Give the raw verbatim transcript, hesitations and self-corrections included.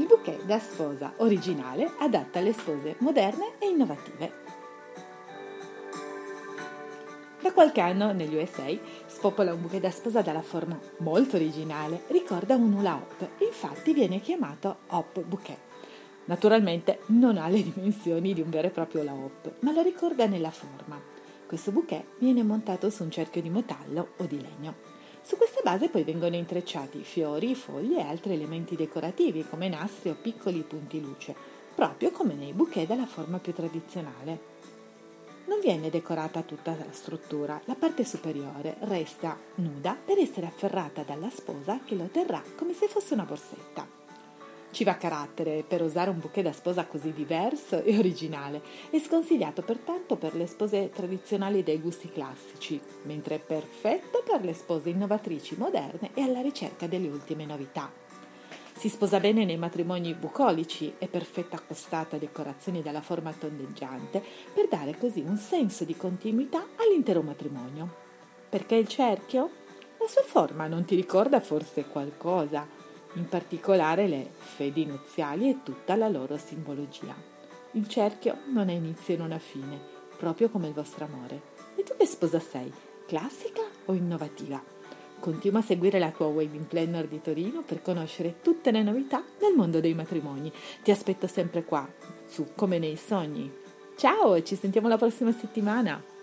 bouquet da sposa originale adatto alle spose moderne e innovative. Da qualche anno negli U S A spopola un bouquet da sposa dalla forma molto originale, ricorda un hula hoop, infatti viene chiamato Hop Bouquet. Naturalmente non ha le dimensioni di un vero e proprio hula hoop, ma lo ricorda nella forma. Questo bouquet viene montato su un cerchio di metallo o di legno. Su questa base poi vengono intrecciati fiori, foglie e altri elementi decorativi come nastri o piccoli punti luce, proprio come nei bouquet dalla forma più tradizionale. Non viene decorata tutta la struttura, la parte superiore resta nuda per essere afferrata dalla sposa che lo terrà come se fosse una borsetta. Ci va carattere per usare un bouquet da sposa così diverso e originale e sconsigliato pertanto per le spose tradizionali dei gusti classici, mentre è perfetto per le spose innovatrici moderne e alla ricerca delle ultime novità. Si sposa bene nei matrimoni bucolici e perfetta accostata decorazioni dalla forma tondeggiante per dare così un senso di continuità all'intero matrimonio. Perché il cerchio? La sua forma non ti ricorda forse qualcosa? In particolare le fedi nuziali e tutta la loro simbologia. Il cerchio non ha inizio e non ha fine, proprio come il vostro amore. E tu che sposa sei? Classica o innovativa? Continua a seguire la tua wedding planner di Torino per conoscere tutte le novità nel mondo dei matrimoni. Ti aspetto sempre qua, su Come nei sogni. Ciao e ci sentiamo la prossima settimana!